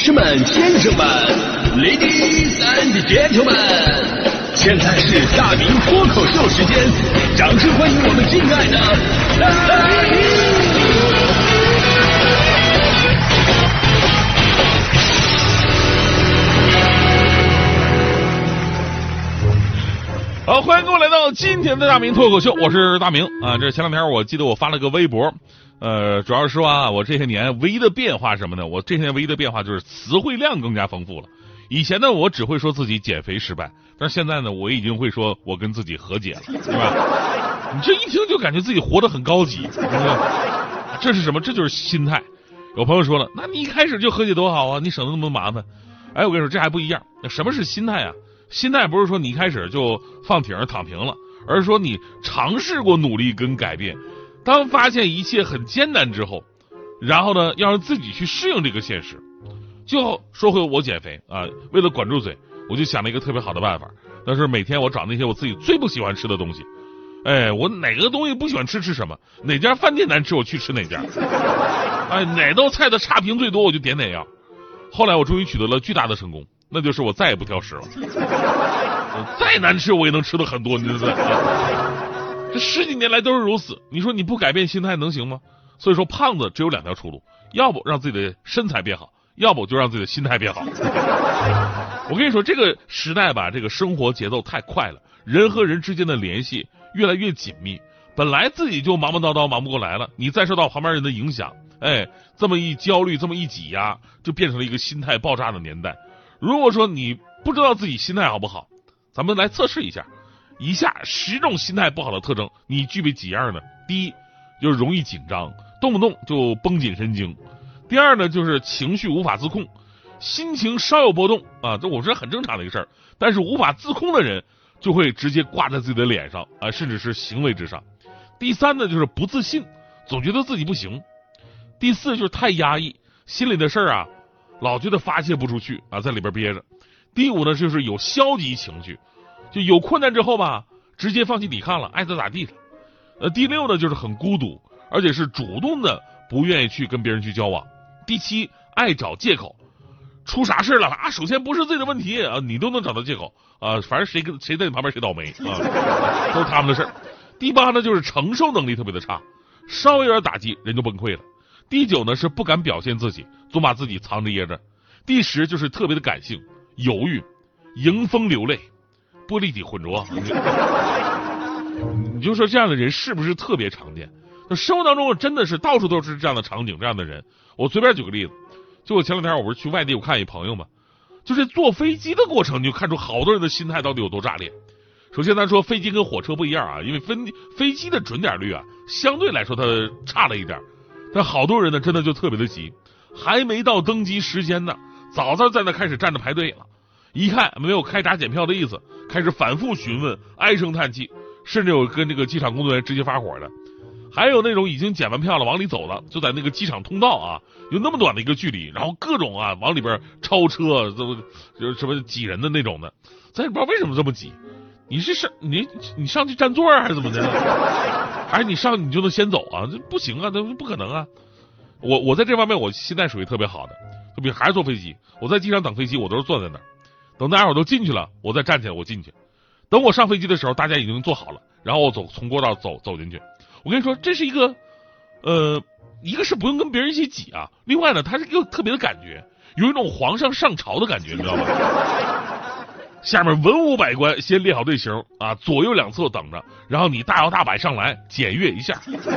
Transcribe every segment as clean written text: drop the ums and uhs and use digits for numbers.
士们、先生们 ，Ladies and Gentlemen， 现在是大明脱口秀时间，掌声欢迎我们敬爱的大明！ 好，欢迎各位来到今天的大明脱口秀，我是大明啊。这前两天我记得我发了个微博，主要是说啊，我这些年唯一的变化是什么呢？我这些年唯一的变化就是词汇量更加丰富了。以前呢，我只会说自己减肥失败，但是现在呢，我已经会说我跟自己和解了，对吧？你这一听就感觉自己活得很高级，这是什么？这就是心态。有朋友说了，那你一开始就和解多好啊，你省得那么麻烦。哎，我跟你说，这还不一样。那什么是心态啊？心态不是说你一开始就放挺躺平了，而是说你尝试过努力跟改变，当发现一切很艰难之后，然后呢，要让自己去适应这个现实。就说回我减肥啊，为了管住嘴，我就想了一个特别好的办法，那是每天我找那些我自己最不喜欢吃的东西，哎，我哪个东西不喜欢吃什么，哪家饭店难吃我去吃哪家，哎，哪道菜的差评最多我就点哪样。后来我终于取得了巨大的成功，那就是我再也不挑食了。再难吃我也能吃的很多，你知道吗？这十几年来都是如此。你说你不改变心态能行吗？所以说胖子只有两条出路，要不让自己的身材变好，要不就让自己的心态变好。我跟你说，这个时代吧，这个生活节奏太快了，人和人之间的联系越来越紧密，本来自己就忙忙叨叨忙不过来了，你再受到旁边人的影响，哎，这么一焦虑，这么一挤压，就变成了一个心态爆炸的年代。如果说你不知道自己心态好不好，咱们来测试一下，以下10种心态不好的特征，你具备几样呢？第一，就是容易紧张，动不动就绷紧神经；第二呢，就是情绪无法自控，心情稍有波动啊，这我是很正常的一个事儿，但是无法自控的人就会直接挂在自己的脸上啊，甚至是行为之上。第三呢，就是不自信，总觉得自己不行。第四就是太压抑，心里的事儿啊，老觉得发泄不出去啊，在里边憋着。第五呢，就是有消极情绪，就有困难之后吧，直接放弃抵抗了，爱咋咋地了。第六呢，就是很孤独，而且是主动的不愿意去跟别人去交往。第七，爱找借口，出啥事了啊？首先不是自己的问题啊，你都能找到借口啊，反正谁在你旁边谁倒霉啊，都是他们的事儿。第八呢，就是承受能力特别的差，稍微有点打击人就崩溃了。第九呢，是不敢表现自己，总把自己藏着掖着。第10就是特别的感性，犹豫，迎风流泪，玻璃体混浊。你就说这样的人是不是特别常见？那生活当中真的是到处都是这样的场景，这样的人。我随便举个例子，就我前两天我不是去外地，我看一朋友嘛，就是坐飞机的过程，你就看出好多人的心态到底有多炸裂。首先咱说飞机跟火车不一样啊，因为飞机的准点率啊，相对来说它差了一点，但好多人呢真的就特别的急，还没到登机时间呢，早在那开始站着排队了，一看没有开闸检票的意思，开始反复询问，唉声叹气，甚至有跟这个机场工作人员直接发火的，还有那种已经检完票了往里走了，就在那个机场通道啊，有那么短的一个距离，然后各种啊往里边超车，什么挤人的那种的，咱也不知道为什么这么挤。你是你上去占座还是怎么的？还是你上你就能先走啊？这不行啊，那不可能啊！我在这方面我心态属于特别好的，就比如还是坐飞机，我在机场等飞机，我都是坐在那儿，等大家伙都进去了，我再站起来我进去。等我上飞机的时候，大家已经坐好了，然后我从过道走进去。我跟你说，这是一个一个是不用跟别人一起挤啊，另外呢，它是一个特别的感觉，有一种皇上上朝的感觉，你知道吗？下面文武百官先列好队形啊，左右两侧等着，然后你大摇大摆上来检阅一下。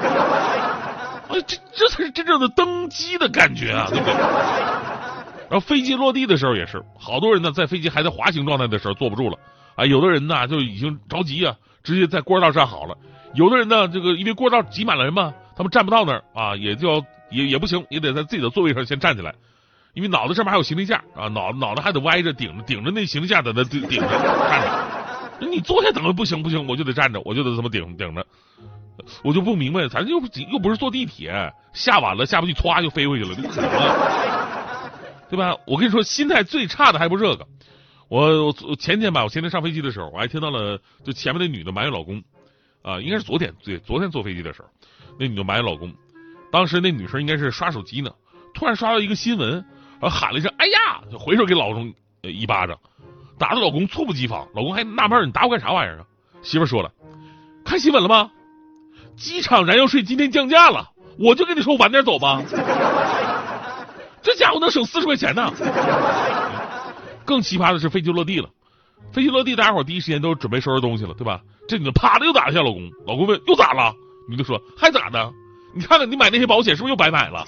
这才是真正的登基的感觉啊，对不对？然后飞机落地的时候也是，好多人呢在飞机还在滑行状态的时候坐不住了啊，有的人呢就已经着急啊，直接在过道站好了，有的人呢这个因为过道挤满了人嘛，他们站不到那儿啊，也不行，也得在自己的座位上先站起来。因为脑袋上面还有行李架啊，脑袋还得歪着顶着那行李架在那顶着站着。你坐下等着不行，我就得站着，我就得这么顶着。我就不明白，咱又不是坐地铁，下晚了下不去，歘就飞回去了，这不可能啊，对吧？我跟你说，心态最差的还不是这个。我前天上飞机的时候，我还听到了就前面那女的埋怨老公啊，应该是昨天坐飞机的时候，那女的埋怨老公，当时那女生应该是刷手机呢，突然刷到一个新闻。喊了一声“哎呀”， 就回手给老公一巴掌，打得老公猝不及防，老公还纳闷你打我干啥玩意儿啊？媳妇说了，看新闻了吗？机场燃油税今天降价了，我就跟你说晚点走吧。这家伙能省40块钱呢。更奇葩的是飞机落地了，飞机落地，大家伙第一时间都准备收拾东西了，对吧？这女的啪的又打了一下老公，老公问又咋了？女的说还咋的？你看看你买那些保险是不是又白买了？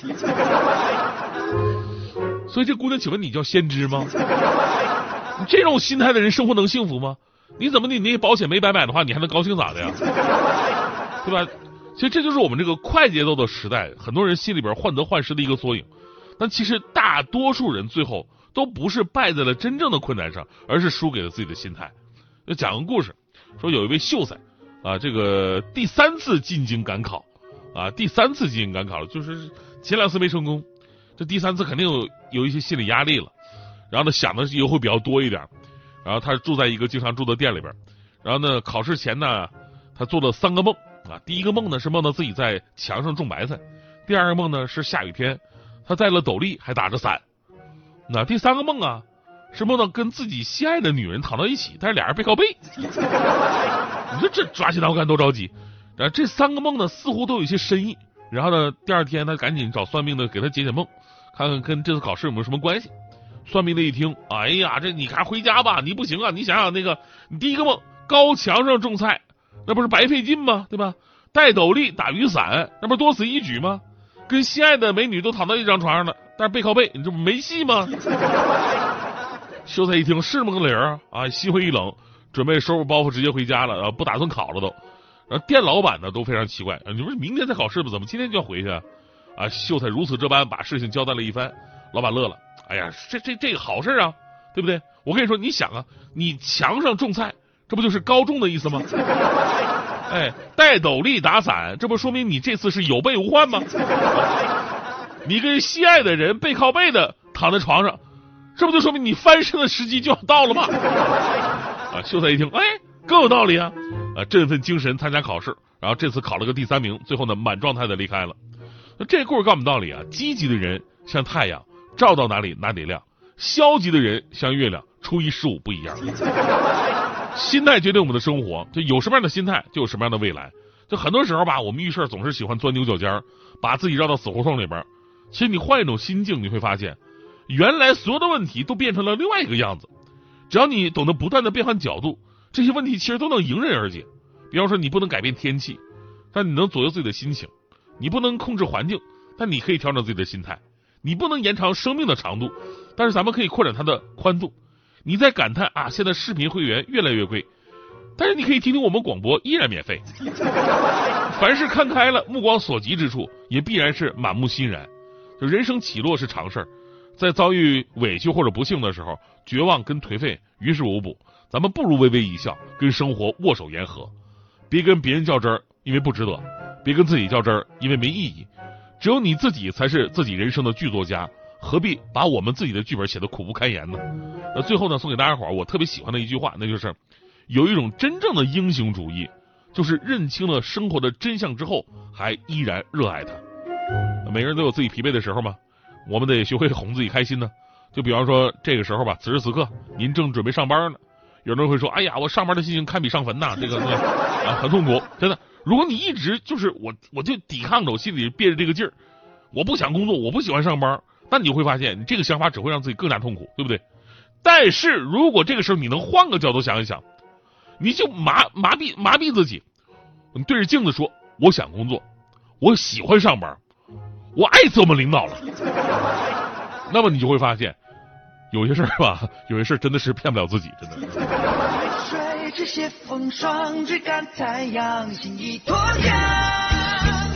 所以这姑娘，请问你叫先知吗？你这种心态的人生活能幸福吗？你怎么你那些保险没白买的话，你还能高兴咋的呀？对吧？其实这就是我们这个快节奏的时代，很多人心里边患得患失的一个缩影。但其实大多数人最后都不是败在了真正的困难上，而是输给了自己的心态。就讲个故事，说有一位秀才啊，这个第3次进京赶考啊，第3次进京赶考了，就是前2次没成功，这第3次肯定有一些心理压力了，然后呢想的又会比较多一点，然后他住在一个经常住的店里边，然后呢考试前呢他做了3个梦啊，第一个梦呢是梦到自己在墙上种白菜，第2个梦呢是下雨天他戴了斗笠还打着伞，那第3个梦啊是梦到跟自己心爱的女人躺到一起，但是俩人背靠背。你说这抓起刀干多着急。然后这3个梦呢似乎都有一些深意，然后呢第2天他赶紧找算命的给他解梦，看看跟这次考试有没有什么关系。算命的一听，哎呀，这你看回家吧，你不行啊，你想想那个你第一个梦高墙上种菜，那不是白费劲吗？对吧？戴斗笠打雨伞，那不是多此一举吗？跟心爱的美女都躺到一张床上了，但是背靠背，你这不没戏吗？秀才一听是么个理儿啊，心灰意冷，准备收拾包袱直接回家了，不打算考了都。然后店老板呢都非常奇怪，你不是明天才考试吗？怎么今天就要回去啊？啊，秀才如此这般把事情交代了一番，老板乐了，哎呀，这个好事啊，对不对？我跟你说，你想啊，你墙上种菜，这不就是高中的意思吗？哎，戴斗笠打伞，这不说明你这次是有备无患吗？你跟心爱的人背靠背的躺在床上，这不就说明你翻身的时机就要到了吗？啊，秀才一听，哎，更有道理啊！啊，振奋精神参加考试，然后这次考了个第3名，最后呢满状态的离开了。那这故事告诉我们道理啊，积极的人像太阳，照到哪里哪里亮；消极的人像月亮，初一十五不一样。心态决定我们的生活，就有什么样的心态，就有什么样的未来。就很多时候吧，我们遇事总是喜欢钻牛角尖，把自己绕到死胡同里边。其实你换一种心境，你会发现，原来所有的问题都变成了另外一个样子。只要你懂得不断的变换角度，这些问题其实都能迎刃而解。比方说，你不能改变天气，但你能左右自己的心情；你不能控制环境，但你可以调整自己的心态；你不能延长生命的长度，但是咱们可以扩展它的宽度。你在感叹啊，现在视频会员越来越贵，但是你可以听听我们广播，依然免费。凡是看开了，目光所及之处，也必然是满目欣然。就人生起落是常事儿，在遭遇委屈或者不幸的时候，绝望跟颓废于事无补。咱们不如微微一笑，跟生活握手言和。别跟别人较真儿，因为不值得；别跟自己较真儿，因为没意义。只有你自己才是自己人生的剧作家，何必把我们自己的剧本写得苦不堪言呢？那最后呢，送给大家伙儿我特别喜欢的一句话，那就是有一种真正的英雄主义，就是认清了生活的真相之后，还依然热爱它。每个人都有自己疲惫的时候嘛，我们得学会哄自己开心呢。就比方说这个时候吧，此时此刻您正准备上班呢，有人会说，哎呀，我上班的心情堪比上坟呐，这个啊很痛苦，真的。如果你一直就是我就抵抗着，我心里憋着这个劲儿，我不想工作，我不喜欢上班，那你就会发现，你这个想法只会让自己更加痛苦，对不对？但是如果这个时候你能换个角度想一想，你就麻痹自己，你对着镜子说，我想工作，我喜欢上班，我爱死我们领导了。那么你就会发现，有些事儿吧，有些事儿真的是骗不了自己，真的。 水这些风霜，追赶太阳，心已脱缰。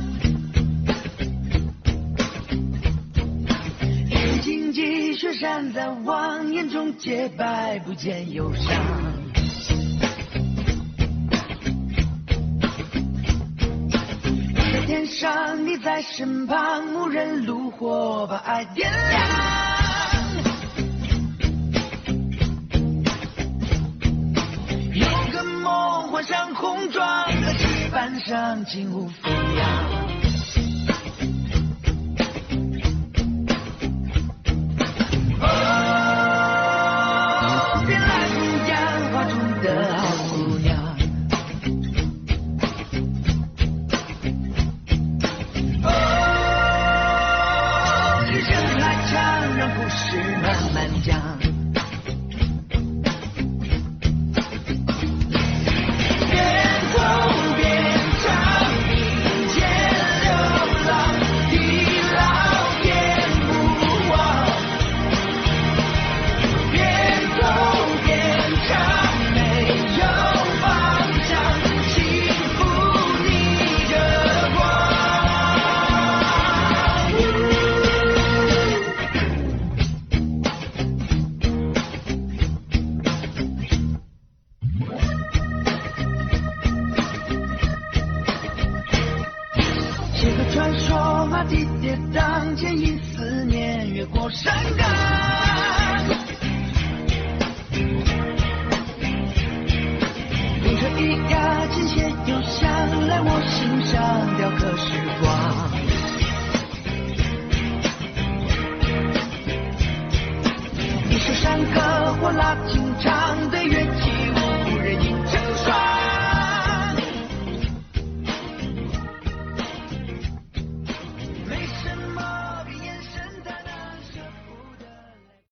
一荆棘雪山在望，眼中洁白，不见忧伤。天上你在身旁，无人炉火把爱点亮。有个梦换上红妆，在石板上轻舞飞扬。哦声来唱，让故事慢慢讲。传说啊，地跌宕，牵引思念，越过山岗。风车一压，琴弦又响，来我心上雕刻时光。一首山歌，我拉琴唱，对乐器。